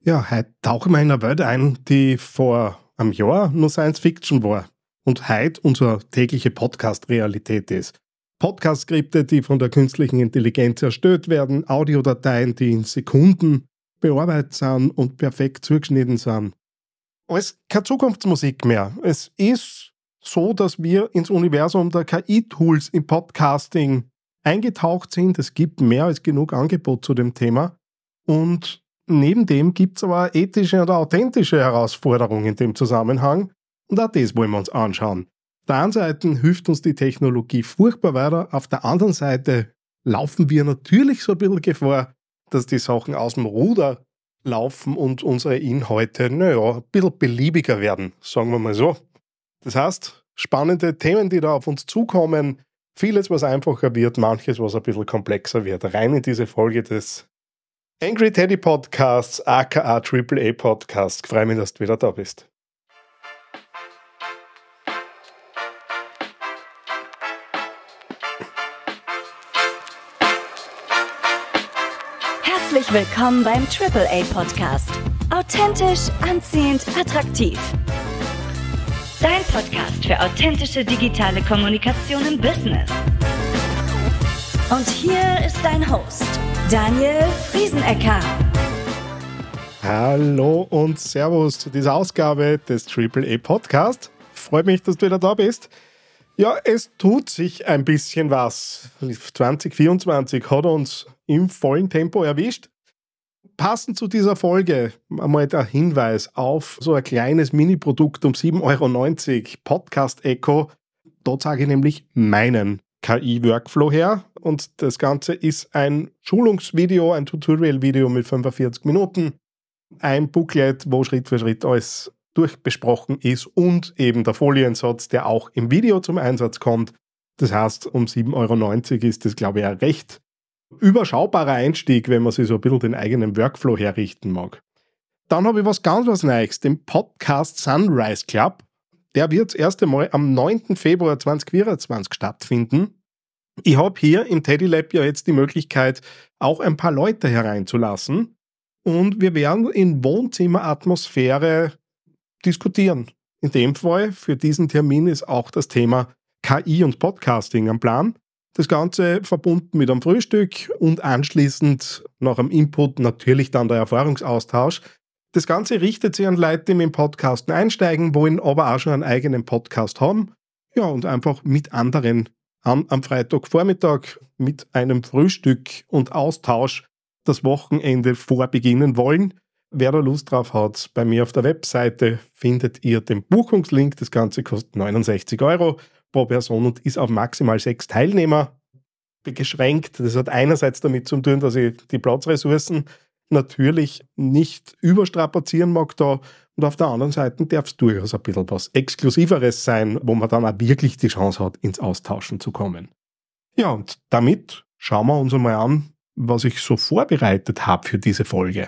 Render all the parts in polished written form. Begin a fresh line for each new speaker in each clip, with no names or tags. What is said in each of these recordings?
Ja, heute tauchen wir in eine Welt ein, die vor einem Jahr nur Science Fiction war und heute unsere tägliche Podcast-Realität ist. Podcast-Skripte, die von der künstlichen Intelligenz erstellt werden, Audiodateien, die in Sekunden bearbeitet sind und perfekt zugeschnitten sind. Es keine Zukunftsmusik mehr. Es ist so, dass wir ins Universum der KI-Tools im Podcasting eingetaucht sind. Es gibt mehr als genug Angebot zu dem Thema. Und neben dem gibt es aber ethische oder authentische Herausforderungen in dem Zusammenhang. Und auch das wollen wir uns anschauen. Auf der einen Seite hilft uns die Technologie furchtbar weiter. Auf der anderen Seite laufen wir natürlich so ein bisschen Gefahr, dass die Sachen aus dem Ruder laufen und unsere Inhalte, ein bisschen beliebiger werden, sagen wir mal so. Das heißt, spannende Themen, die da auf uns zukommen, vieles, was einfacher wird, manches, was ein bisschen komplexer wird. Rein in diese Folge des Angry Teddy Podcasts, aka AAA Podcast. Ich freue mich, dass du wieder da bist.
Herzlich willkommen beim AAA Podcast. Authentisch, anziehend, attraktiv. Dein Podcast für authentische digitale Kommunikation im Business. Und hier ist dein Host, Daniel Friesenecker.
Hallo und Servus zu dieser Ausgabe des AAA Podcast. Freut mich, dass du wieder da bist. Ja, es tut sich ein bisschen was. 2024 hat uns im vollen Tempo erwischt. Passend zu dieser Folge einmal der Hinweis auf so ein kleines Mini-Produkt um 7,90 €, Podcast Echo. Dort sage ich nämlich meinen KI-Workflow her. Und das Ganze ist ein Schulungsvideo, ein Tutorial-Video mit 45 Minuten. Ein Booklet, wo Schritt für Schritt alles durchbesprochen ist und eben der Foliensatz, der auch im Video zum Einsatz kommt. Das heißt, um 7,90 € ist das, glaube ich, ein recht überschaubarer Einstieg, wenn man sich so ein bisschen den eigenen Workflow herrichten mag. Dann habe ich was Neues, den Podcast Sunrise Club. Der wird das erste Mal am 9. Februar 2024 stattfinden. Ich habe hier im Teddy Lab ja jetzt die Möglichkeit, auch ein paar Leute hereinzulassen. Und wir werden in Wohnzimmeratmosphäre diskutieren. In dem Fall, für diesen Termin ist auch das Thema KI und Podcasting am Plan. Das Ganze verbunden mit einem Frühstück und anschließend nach einem Input natürlich dann der Erfahrungsaustausch. Das Ganze richtet sich an Leute, die mit dem Podcasten einsteigen wollen, aber auch schon einen eigenen Podcast haben. Ja, und einfach mit anderen am Freitagvormittag mit einem Frühstück und Austausch das Wochenende vorbeginnen wollen. Wer da Lust drauf hat, bei mir auf der Webseite findet ihr den Buchungslink. Das Ganze kostet 69 € pro Person und ist auf maximal 6 Teilnehmer beschränkt. Das hat einerseits damit zu tun, dass ich die Platzressourcen natürlich nicht überstrapazieren mag da, und auf der anderen Seite darf es durchaus ein bisschen was Exklusiveres sein, wo man dann auch wirklich die Chance hat, ins Austauschen zu kommen. Ja, und damit schauen wir uns einmal an, was ich so vorbereitet habe für diese Folge.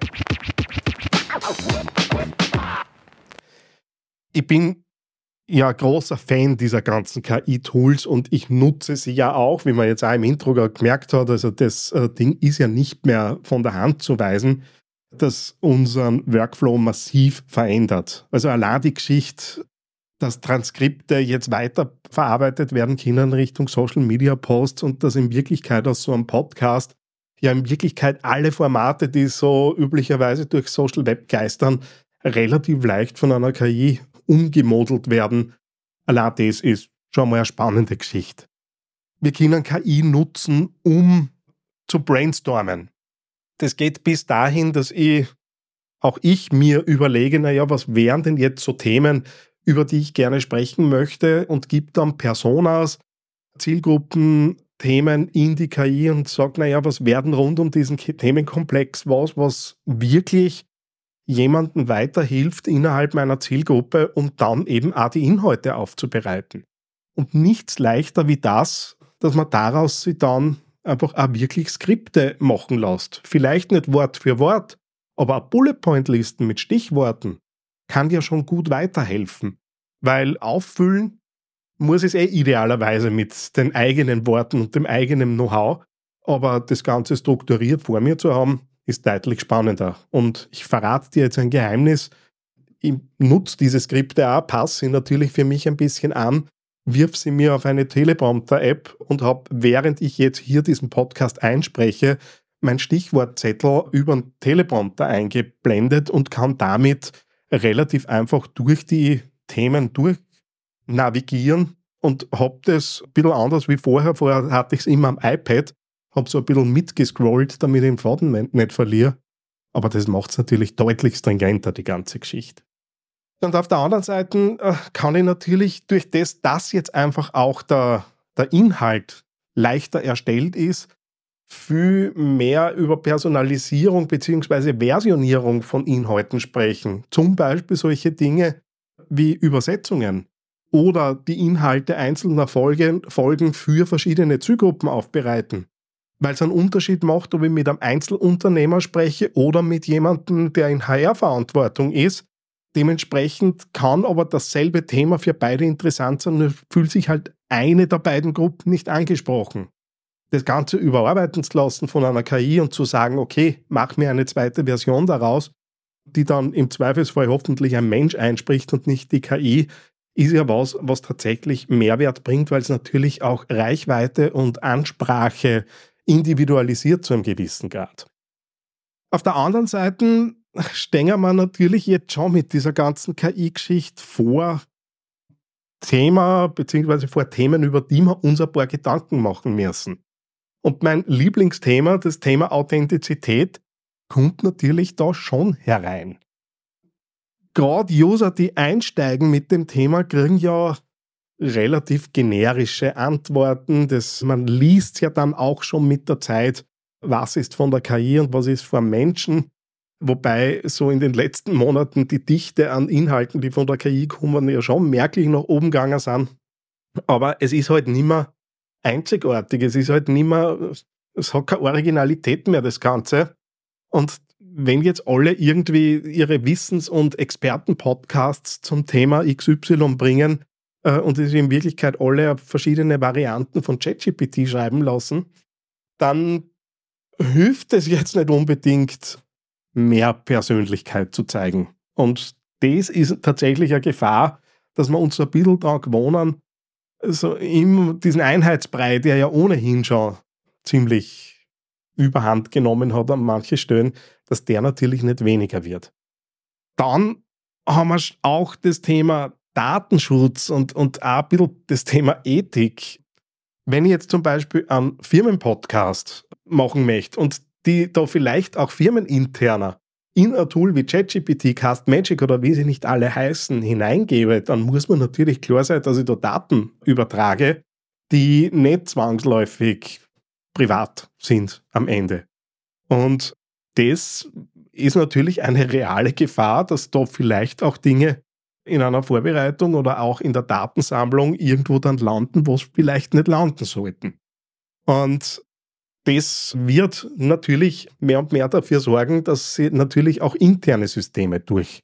Ich bin ja großer Fan dieser ganzen KI-Tools und ich nutze sie ja auch, wie man jetzt auch im Intro gerade gemerkt hat. Also das Ding ist ja nicht mehr von der Hand zu weisen, das unseren Workflow massiv verändert. Also allein die Geschichte, dass Transkripte jetzt weiterverarbeitet werden können Richtung Social-Media-Posts und dass in Wirklichkeit aus so einem Podcast ja in Wirklichkeit alle Formate, die so üblicherweise durch Social Web geistern, relativ leicht von einer KI umgemodelt werden. Allein das ist schon mal eine spannende Geschichte. Wir können KI nutzen, um zu brainstormen. Das geht bis dahin, dass auch ich mir überlege, was wären denn jetzt so Themen, über die ich gerne sprechen möchte, und gebe dann Personas, Zielgruppen, Themen in die KI und sage, was werden rund um diesen Themenkomplex was wirklich jemandem weiterhilft innerhalb meiner Zielgruppe, um dann eben auch die Inhalte aufzubereiten. Und nichts leichter wie das, dass man daraus sich dann einfach auch wirklich Skripte machen lässt. Vielleicht nicht Wort für Wort, aber auch Bullet-Point-Listen mit Stichworten kann ja schon gut weiterhelfen. Weil auffüllen muss es idealerweise mit den eigenen Worten und dem eigenen Know-how, aber das Ganze strukturiert vor mir zu haben, ist deutlich spannender. Und ich verrate dir jetzt ein Geheimnis. Ich nutze diese Skripte auch, passe sie natürlich für mich ein bisschen an, wirf sie mir auf eine Teleprompter-App und habe, während ich jetzt hier diesen Podcast einspreche, mein Stichwortzettel über den Teleprompter eingeblendet und kann damit relativ einfach durch die Themen durchnavigieren und habe das ein bisschen anders wie vorher. Vorher hatte ich es immer am iPad, habe so ein bisschen mitgescrollt, damit ich den Faden nicht verliere. Aber das macht es natürlich deutlich stringenter, die ganze Geschichte. Und auf der anderen Seite kann ich natürlich durch das, dass jetzt einfach auch der Inhalt leichter erstellt ist, viel mehr über Personalisierung bzw. Versionierung von Inhalten sprechen. Zum Beispiel solche Dinge wie Übersetzungen oder die Inhalte einzelner Folgen für verschiedene Zielgruppen aufbereiten. Weil es einen Unterschied macht, ob ich mit einem Einzelunternehmer spreche oder mit jemandem, der in HR-Verantwortung ist. Dementsprechend kann aber dasselbe Thema für beide interessant sein und fühlt sich halt eine der beiden Gruppen nicht angesprochen. Das Ganze überarbeiten zu lassen von einer KI und zu sagen, okay, mach mir eine zweite Version daraus, die dann im Zweifelsfall hoffentlich ein Mensch einspricht und nicht die KI, ist ja was tatsächlich Mehrwert bringt, weil es natürlich auch Reichweite und Ansprache individualisiert zu einem gewissen Grad. Auf der anderen Seite stehen wir natürlich jetzt schon mit dieser ganzen KI-Geschichte vor Thema, beziehungsweise vor Themen, über die wir uns ein paar Gedanken machen müssen. Und mein Lieblingsthema, das Thema Authentizität, kommt natürlich da schon herein. Gerade User, die einsteigen mit dem Thema, kriegen ja relativ generische Antworten. Man liest ja dann auch schon mit der Zeit, was ist von der KI und was ist vom Menschen. Wobei so in den letzten Monaten die Dichte an Inhalten, die von der KI kommen, ja schon merklich nach oben gegangen sind. Aber es ist halt nicht mehr einzigartig. Es ist halt nicht mehr, es hat keine Originalität mehr, das Ganze. Und wenn jetzt alle irgendwie ihre Wissens- und Experten-Podcasts zum Thema XY bringen und es in Wirklichkeit alle verschiedene Varianten von ChatGPT schreiben lassen, dann hilft es jetzt nicht unbedingt, mehr Persönlichkeit zu zeigen. Und das ist tatsächlich eine Gefahr, dass wir uns ein bisschen daran gewohnen, so diesen Einheitsbrei, der ja ohnehin schon ziemlich überhand genommen hat an manchen Stellen, dass der natürlich nicht weniger wird. Dann haben wir auch das Thema Datenschutz und auch ein bisschen das Thema Ethik. Wenn ich jetzt zum Beispiel einen Firmenpodcast machen möchte und die da vielleicht auch firmeninterner in ein Tool wie ChatGPT, Castmagic oder wie sie nicht alle heißen, hineingebe, dann muss man natürlich klar sein, dass ich da Daten übertrage, die nicht zwangsläufig privat sind am Ende. Und das ist natürlich eine reale Gefahr, dass da vielleicht auch Dinge in einer Vorbereitung oder auch in der Datensammlung irgendwo dann landen, wo es vielleicht nicht landen sollten. Und das wird natürlich mehr und mehr dafür sorgen, dass sie natürlich auch interne Systeme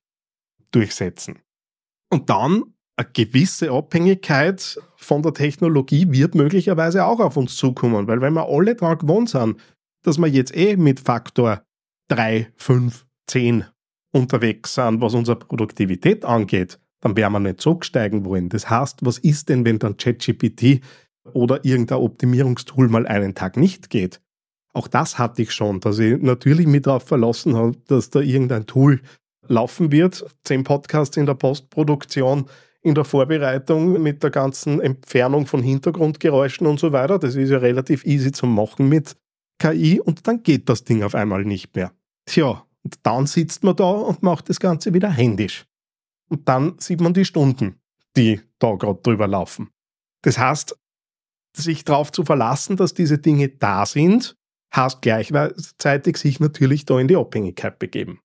durchsetzen. Und dann eine gewisse Abhängigkeit von der Technologie wird möglicherweise auch auf uns zukommen, weil wenn wir alle daran gewohnt sind, dass wir jetzt mit Faktor 3, 5, 10 unterwegs sind, was unsere Produktivität angeht, dann werden wir nicht so steigen wollen. Das heißt, was ist denn, wenn dann ChatGPT oder irgendein Optimierungstool mal einen Tag nicht geht? Auch das hatte ich schon, dass ich natürlich mich darauf verlassen habe, dass da irgendein Tool laufen wird. 10 Podcasts in der Postproduktion, in der Vorbereitung mit der ganzen Entfernung von Hintergrundgeräuschen und so weiter. Das ist ja relativ easy zu machen mit KI und dann geht das Ding auf einmal nicht mehr. Tja, und dann sitzt man da und macht das Ganze wieder händisch. Und dann sieht man die Stunden, die da gerade drüber laufen. Das heißt, sich darauf zu verlassen, dass diese Dinge da sind, heißt gleichzeitig sich natürlich da in die Abhängigkeit begeben.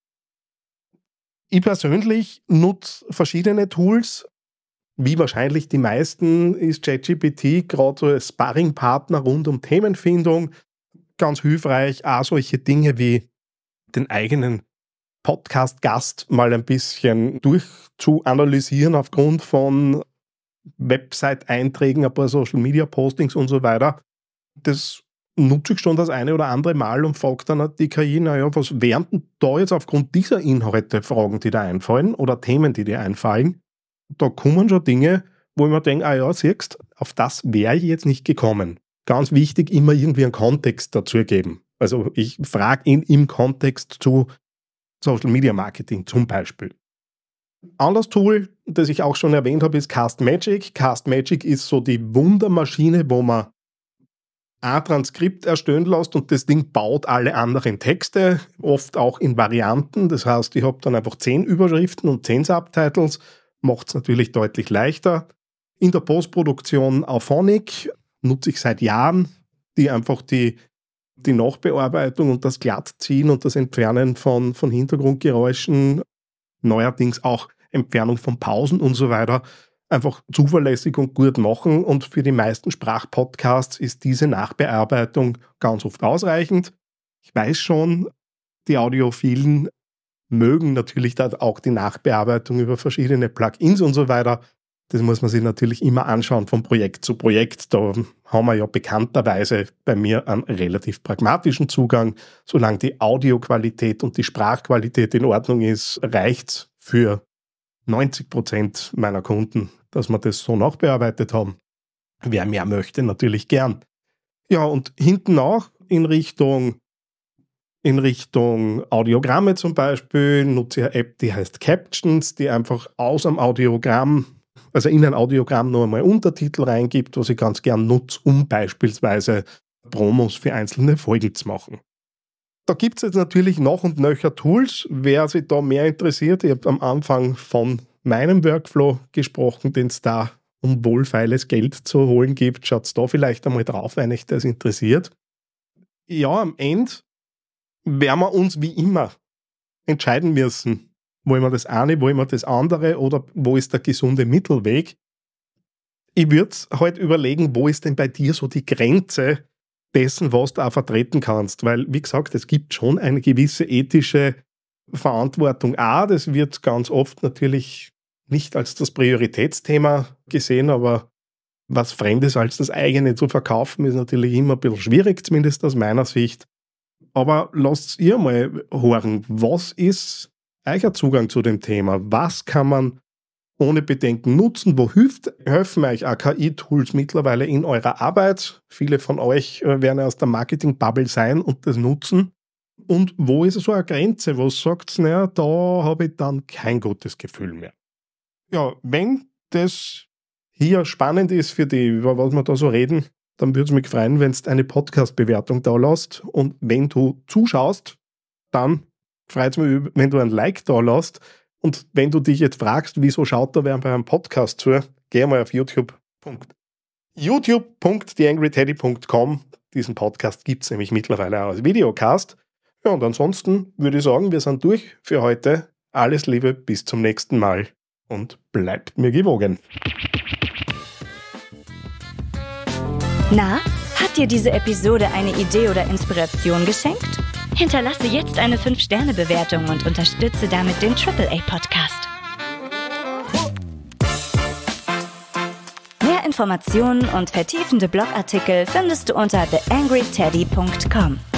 Ich persönlich nutze verschiedene Tools. Wie wahrscheinlich die meisten ist ChatGPT gerade so als Sparringpartner rund um Themenfindung ganz hilfreich. Auch solche Dinge wie den eigenen Podcast-Gast mal ein bisschen durchzuanalysieren aufgrund von Website-Einträgen, ein paar Social-Media-Postings und so weiter. Das nutze ich schon das eine oder andere Mal und frage dann die KI, naja, was wären denn da jetzt aufgrund dieser Inhalte Fragen, die da einfallen oder Themen, die dir einfallen? Da kommen schon Dinge, wo ich mir denke, ja, siehst, auf das wäre ich jetzt nicht gekommen. Ganz wichtig, immer irgendwie einen Kontext dazu geben. Also ich frage ihn im Kontext zu Social Media Marketing zum Beispiel. Anderes Tool, das ich auch schon erwähnt habe, ist Castmagic. Castmagic ist so die Wundermaschine, wo man ein Transkript erstellen lässt und das Ding baut alle anderen Texte, oft auch in Varianten. Das heißt, ich habe dann einfach 10 Überschriften und 10 Subtitles, macht es natürlich deutlich leichter. In der Postproduktion Auphonic nutze ich seit Jahren, die einfach die Nachbearbeitung und das Glattziehen und das Entfernen von Hintergrundgeräuschen, neuerdings auch Entfernung von Pausen und so weiter, einfach zuverlässig und gut machen. Und für die meisten Sprachpodcasts ist diese Nachbearbeitung ganz oft ausreichend. Ich weiß schon, die Audiophilen mögen natürlich da auch die Nachbearbeitung über verschiedene Plugins und so weiter. Das muss man sich natürlich immer anschauen von Projekt zu Projekt. Da haben wir ja bekannterweise bei mir einen relativ pragmatischen Zugang. Solange die Audioqualität und die Sprachqualität in Ordnung ist, reicht's für 90% meiner Kunden, dass wir das so nachbearbeitet haben. Wer mehr möchte, natürlich gern. Ja, und hinten auch in Richtung Audiogramme zum Beispiel nutze ich eine App, die heißt Captions, die einfach aus einem Audiogramm, also in ein Audiogramm noch einmal Untertitel reingibt, was ich ganz gern nutze, um beispielsweise Promos für einzelne Folgen zu machen. Da gibt es jetzt natürlich noch und nöcher Tools. Wer sich da mehr interessiert, ich habe am Anfang von meinem Workflow gesprochen, den es da um wohlfeiles Geld zu holen gibt. Schaut da vielleicht einmal drauf, wenn euch das interessiert. Ja, am Ende werden wir uns wie immer entscheiden müssen, wollen wir das eine, wollen wir das andere oder wo ist der gesunde Mittelweg? Ich würde halt überlegen, wo ist denn bei dir so die Grenze dessen, was du auch vertreten kannst, weil, wie gesagt, es gibt schon eine gewisse ethische Verantwortung auch. Das wird ganz oft natürlich nicht als das Prioritätsthema gesehen, aber was Fremdes als das eigene zu verkaufen, ist natürlich immer ein bisschen schwierig, zumindest aus meiner Sicht. Aber lasst ihr mal hören, was ist euer Zugang zu dem Thema? Was kann man ohne Bedenken nutzen? Wo helfen euch auch KI-Tools mittlerweile in eurer Arbeit? Viele von euch werden aus der Marketing-Bubble sein und das nutzen. Und wo ist so eine Grenze, wo sagt, naja, da habe ich dann kein gutes Gefühl mehr? Ja, wenn das hier spannend ist für dich, über was wir da so reden, dann würde es mich freuen, wenn du eine Podcast-Bewertung da lässt. Und wenn du zuschaust, dann freut es mich, wenn du ein Like da lässt. Und wenn du dich jetzt fragst, wieso schaut da wer bei einem Podcast zu, geh mal auf youtube.theangryteddy.com. Diesen Podcast gibt es nämlich mittlerweile auch als Videocast. Ja, und ansonsten würde ich sagen, wir sind durch für heute. Alles Liebe, bis zum nächsten Mal und bleibt mir gewogen.
Na, hat dir diese Episode eine Idee oder Inspiration geschenkt? Hinterlasse jetzt eine 5-Sterne-Bewertung und unterstütze damit den AAA-Podcast. Mehr Informationen und vertiefende Blogartikel findest du unter theangryteddy.com.